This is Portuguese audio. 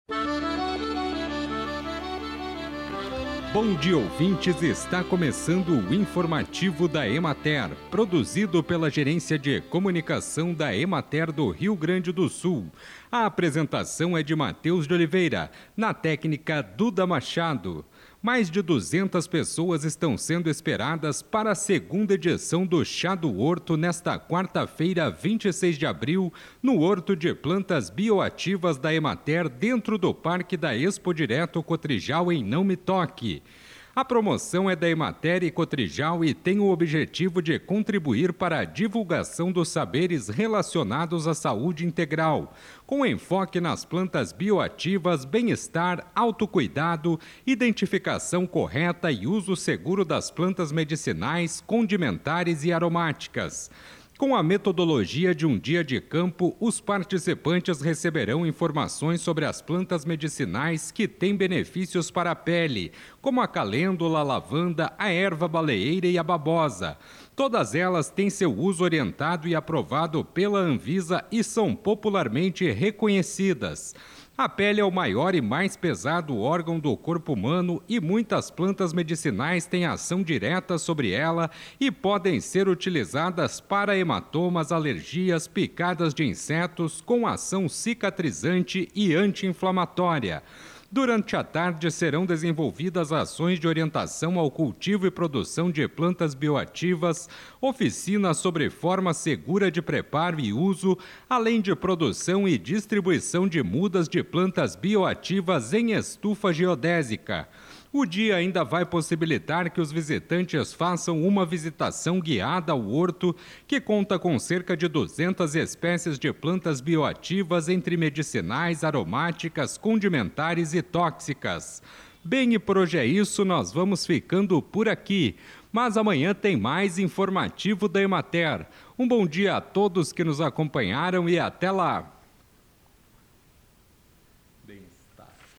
Bom dia, ouvintes! Está começando o informativo da Emater, produzido pela Gerência de Comunicação da Emater do Rio Grande do Sul. A apresentação é de Matheus de Oliveira, na técnica Duda Machado. Mais de 200 pessoas estão sendo esperadas para a segunda edição do Chá do Horto nesta quarta-feira, 26 de abril, no Horto de Plantas Bioativas da Emater, dentro do Parque da Expo Direto Cotrijal, em Não Me Toque. A promoção é da Emater e Cotrijal e tem o objetivo de contribuir para a divulgação dos saberes relacionados à saúde integral, com enfoque nas plantas bioativas, bem-estar, autocuidado, identificação correta e uso seguro das plantas medicinais, condimentares e aromáticas. Com a metodologia de um dia de campo, os participantes receberão informações sobre as plantas medicinais que têm benefícios para a pele, como a calêndula, a lavanda, a erva baleeira e a babosa. Todas elas têm seu uso orientado e aprovado pela Anvisa e são popularmente reconhecidas. A pele é o maior e mais pesado órgão do corpo humano e muitas plantas medicinais têm ação direta sobre ela e podem ser utilizadas para hematomas, alergias, picadas de insetos com ação cicatrizante e anti-inflamatória. Durante a tarde serão desenvolvidas ações de orientação ao cultivo e produção de plantas bioativas, oficinas sobre forma segura de preparo e uso, além de produção e distribuição de mudas de plantas bioativas em estufa geodésica. O dia ainda vai possibilitar que os visitantes façam uma visitação guiada ao horto, que conta com cerca de 200 espécies de plantas bioativas entre medicinais, aromáticas, condimentares e tóxicas. Bem, e por hoje é isso, nós vamos ficando por aqui. Mas amanhã tem mais informativo da Emater. Um bom dia a todos que nos acompanharam e até lá!